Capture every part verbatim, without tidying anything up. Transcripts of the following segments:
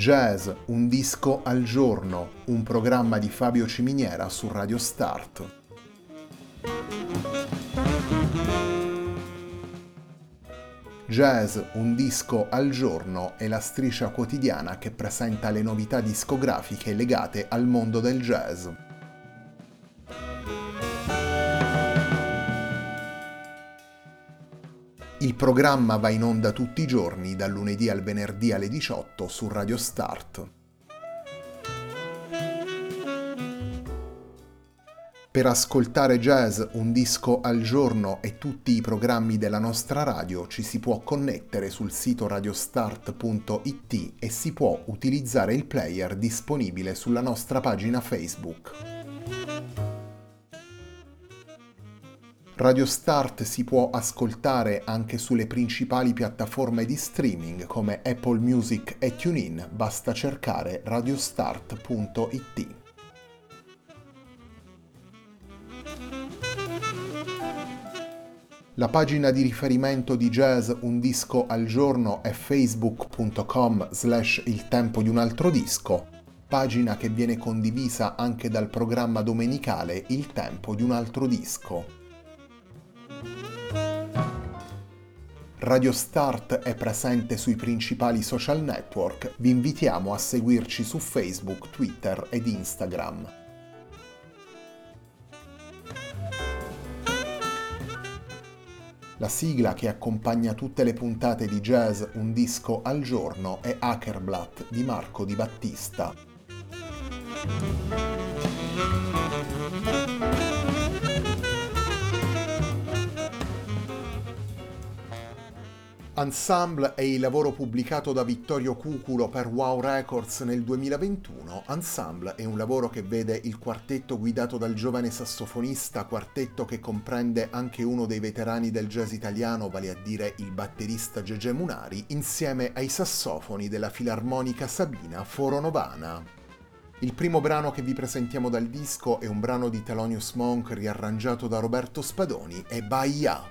Jazz, un disco al giorno, un programma di Fabio Ciminiera su Radio Start. Jazz, un disco al giorno è la striscia quotidiana che presenta le novità discografiche legate al mondo del jazz. Il programma va in onda tutti i giorni, dal lunedì al venerdì alle diciotto su Radio Start. Per ascoltare Jazz, un disco al giorno e tutti i programmi della nostra radio ci si può connettere sul sito radiostart punto it e si può utilizzare il player disponibile sulla nostra pagina Facebook. Radio Start si può ascoltare anche sulle principali piattaforme di streaming come Apple Music e TuneIn, basta cercare radiostart punto it. La pagina di riferimento di Jazz Un Disco al Giorno è facebook punto com slash il tempo di un altro disco, pagina che viene condivisa anche dal programma domenicale Il tempo di un altro disco. Radio Start è presente sui principali social network, vi invitiamo a seguirci su Facebook, Twitter ed Instagram. La sigla che accompagna tutte le puntate di Jazz Un Disco al Giorno è Hackerblatt di Marco Di Battista. Ensemble è il lavoro pubblicato da Vittorio Cuculo per Wow Records nel duemilaventuno. Ensemble è un lavoro che vede il quartetto guidato dal giovane sassofonista, quartetto che comprende anche uno dei veterani del jazz italiano, vale a dire il batterista Gege Munari, insieme ai sassofoni della filarmonica sabina Foro Novana. Il primo brano che vi presentiamo dal disco è un brano di Thelonious Monk riarrangiato da Roberto Spadoni e Bahia.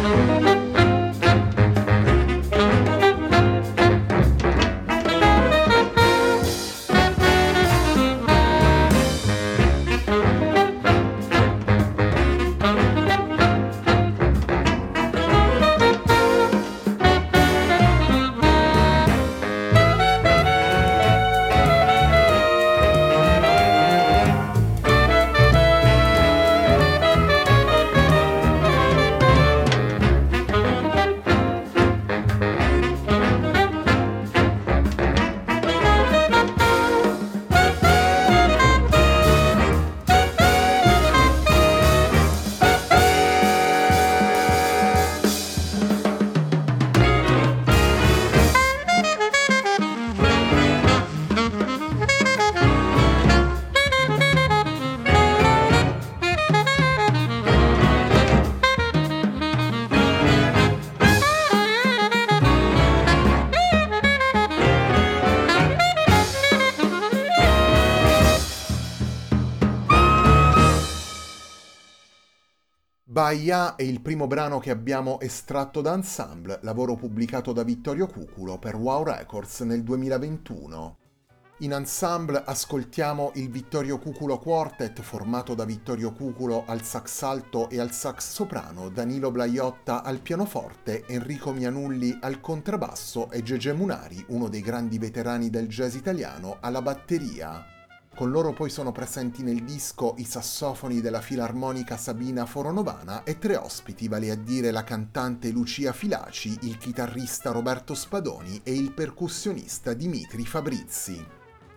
Bahia è il primo brano che abbiamo estratto da Ensemble, lavoro pubblicato da Vittorio Cuculo per Wow Records nel duemilaventuno. In Ensemble ascoltiamo il Vittorio Cuculo Quartet formato da Vittorio Cuculo al sax alto e al sax soprano, Danilo Blaiotta al pianoforte, Enrico Mianulli al contrabbasso e Gege Munari, uno dei grandi veterani del jazz italiano, alla batteria. Con loro poi sono presenti nel disco i sassofoni della filarmonica Sabina Foronovana e tre ospiti, vale a dire la cantante Lucia Filaci, il chitarrista Roberto Spadoni e il percussionista Dimitri Fabrizi.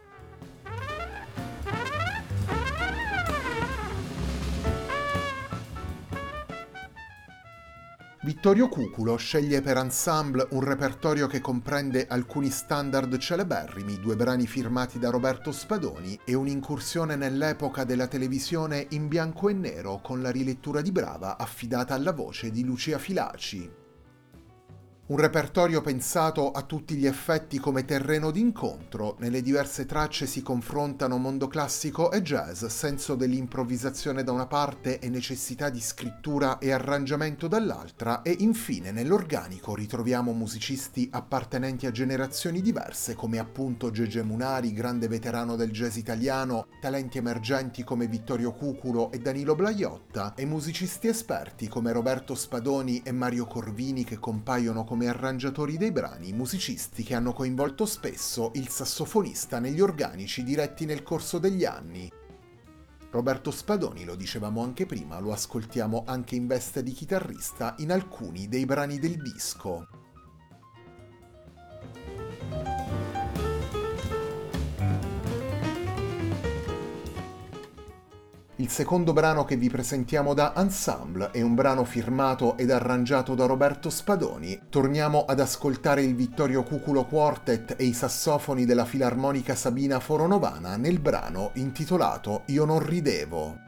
Vittorio Cuculo sceglie per Ensemble un repertorio che comprende alcuni standard celeberrimi, due brani firmati da Roberto Spadoni e un'incursione nell'epoca della televisione in bianco e nero con la rilettura di Brava affidata alla voce di Lucia Filaci. Un repertorio pensato a tutti gli effetti come terreno d'incontro, nelle diverse tracce si confrontano mondo classico e jazz, senso dell'improvvisazione da una parte e necessità di scrittura e arrangiamento dall'altra, e infine nell'organico ritroviamo musicisti appartenenti a generazioni diverse come appunto Gege Munari, grande veterano del jazz italiano, talenti emergenti come Vittorio Cuculo e Danilo Blaiotta, e musicisti esperti come Roberto Spadoni e Mario Corvini che compaiono come come arrangiatori dei brani, musicisti che hanno coinvolto spesso il sassofonista negli organici diretti nel corso degli anni. Roberto Spadoni, lo dicevamo anche prima, lo ascoltiamo anche in veste di chitarrista in alcuni dei brani del disco. Il secondo brano che vi presentiamo da Ensemble è un brano firmato ed arrangiato da Roberto Spadoni. Torniamo ad ascoltare il Vittorio Cuculo Quartet e i sassofoni della filarmonica Sabina Foronovana nel brano intitolato Io non ridevo.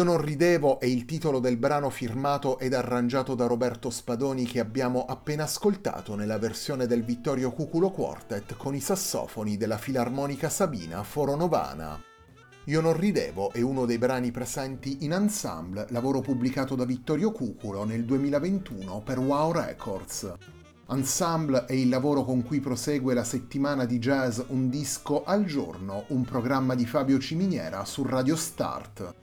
Io non ridevo è il titolo del brano firmato ed arrangiato da Roberto Spadoni che abbiamo appena ascoltato nella versione del Vittorio Cuculo Quartet con i sassofoni della Filarmonica Sabina Foro Novana. Io non ridevo è uno dei brani presenti in Ensemble, lavoro pubblicato da Vittorio Cuculo nel duemilaventuno per Wow Records. Ensemble è il lavoro con cui prosegue la settimana di jazz Un disco al giorno, un programma di Fabio Ciminiera su Radio Start.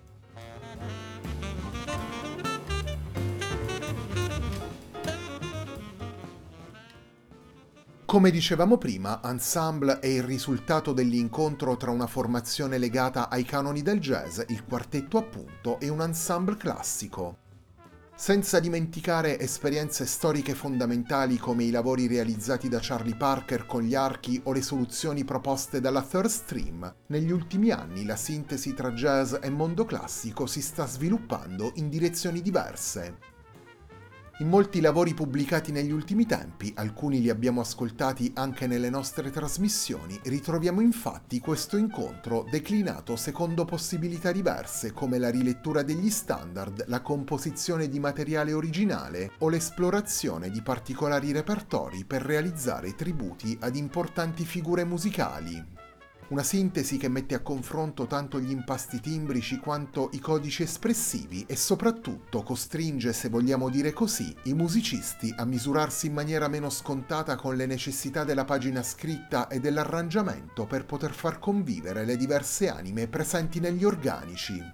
Come dicevamo prima, Ensemble è il risultato dell'incontro tra una formazione legata ai canoni del jazz, il quartetto appunto, e un ensemble classico. Senza dimenticare esperienze storiche fondamentali come i lavori realizzati da Charlie Parker con gli archi o le soluzioni proposte dalla Third Stream, negli ultimi anni la sintesi tra jazz e mondo classico si sta sviluppando in direzioni diverse. In molti lavori pubblicati negli ultimi tempi, alcuni li abbiamo ascoltati anche nelle nostre trasmissioni, ritroviamo infatti questo incontro declinato secondo possibilità diverse come la rilettura degli standard, la composizione di materiale originale o l'esplorazione di particolari repertori per realizzare tributi ad importanti figure musicali. Una sintesi che mette a confronto tanto gli impasti timbrici quanto i codici espressivi e soprattutto costringe, se vogliamo dire così, i musicisti a misurarsi in maniera meno scontata con le necessità della pagina scritta e dell'arrangiamento per poter far convivere le diverse anime presenti negli organici.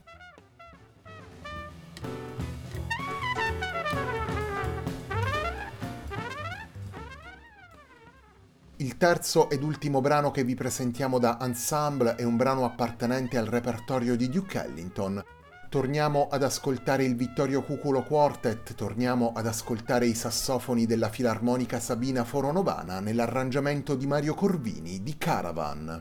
Il terzo ed ultimo brano che vi presentiamo da Ensemble è un brano appartenente al repertorio di Duke Ellington. Torniamo ad ascoltare il Vittorio Cuculo Quartet, torniamo ad ascoltare i sassofoni della Filarmonica Sabina Foro Novana nell'arrangiamento di Mario Corvini di Caravan.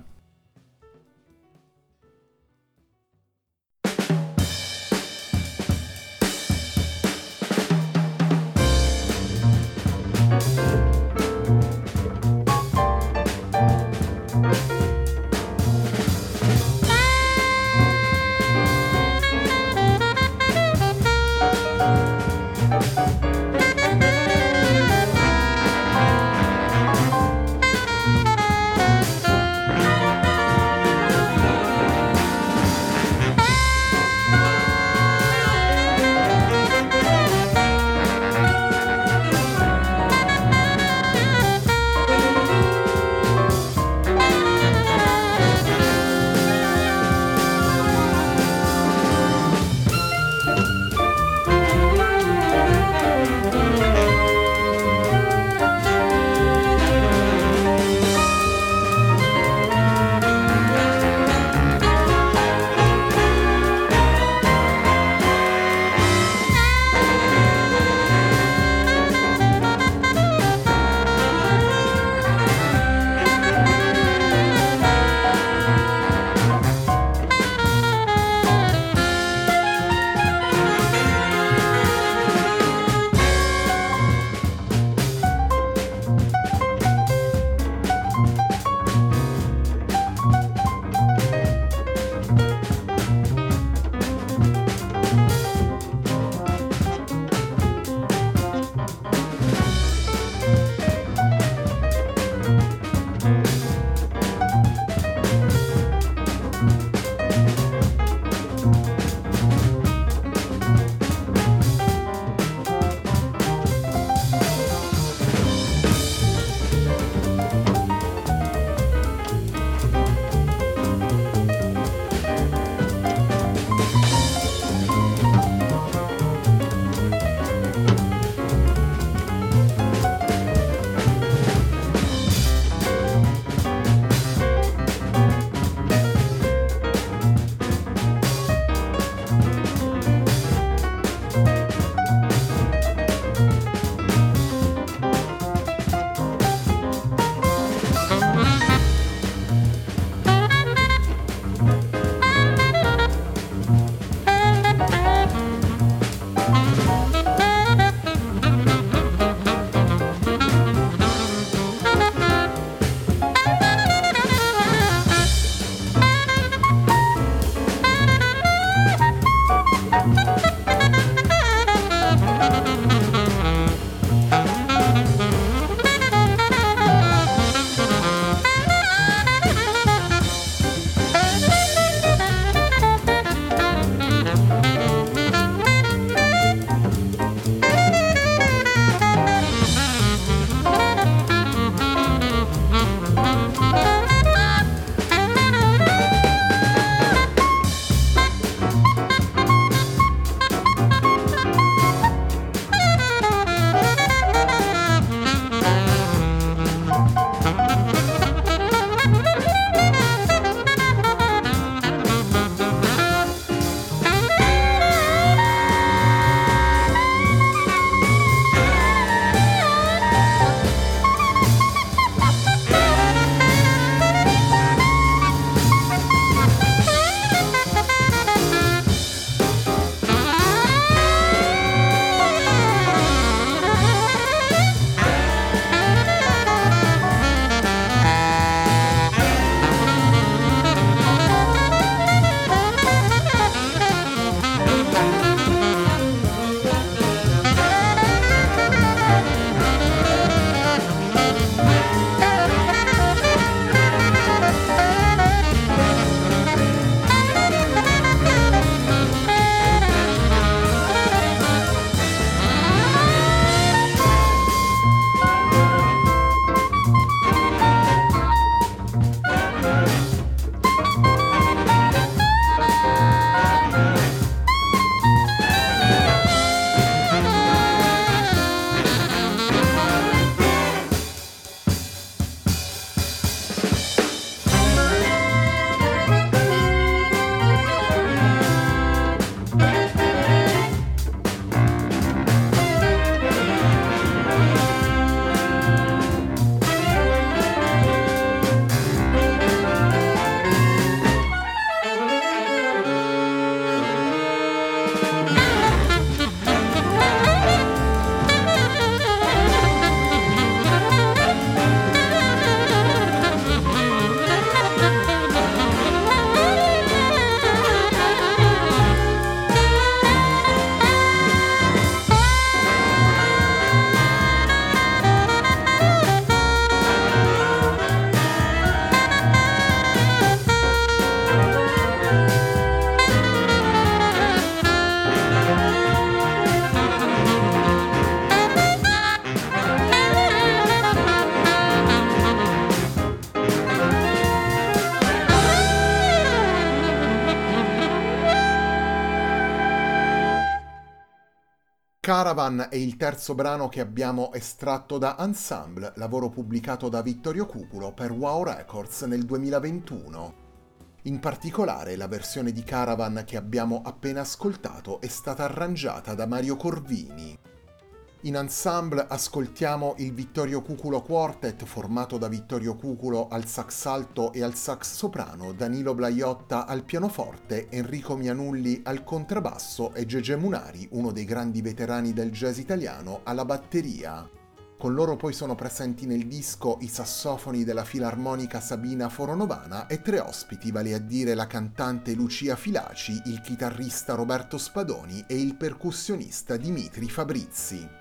Caravan è il terzo brano che abbiamo estratto da Ensemble, lavoro pubblicato da Vittorio Cuculo per Wow Records nel duemilaventuno. In particolare, la versione di Caravan che abbiamo appena ascoltato è stata arrangiata da Mario Corvini. In Ensemble ascoltiamo il Vittorio Cuculo Quartet formato da Vittorio Cuculo al sax alto e al sax soprano, Danilo Blaiotta al pianoforte, Enrico Mianulli al contrabbasso e Gege Munari, uno dei grandi veterani del jazz italiano, alla batteria. Con loro poi sono presenti nel disco i sassofoni della filarmonica Sabina Foronovana e tre ospiti, vale a dire la cantante Lucia Filaci, il chitarrista Roberto Spadoni e il percussionista Dimitri Fabrizi.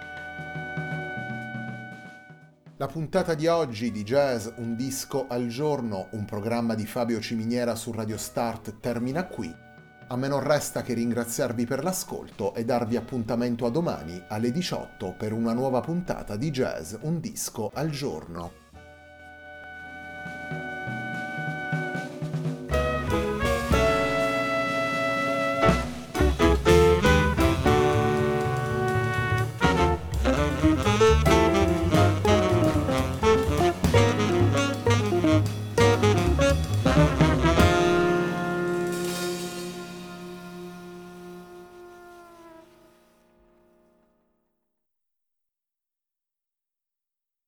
La puntata di oggi di Jazz Un disco al giorno, un programma di Fabio Ciminiera su Radio Start, termina qui. A me non resta che ringraziarvi per l'ascolto e darvi appuntamento a domani alle diciotto per una nuova puntata di Jazz Un disco al giorno.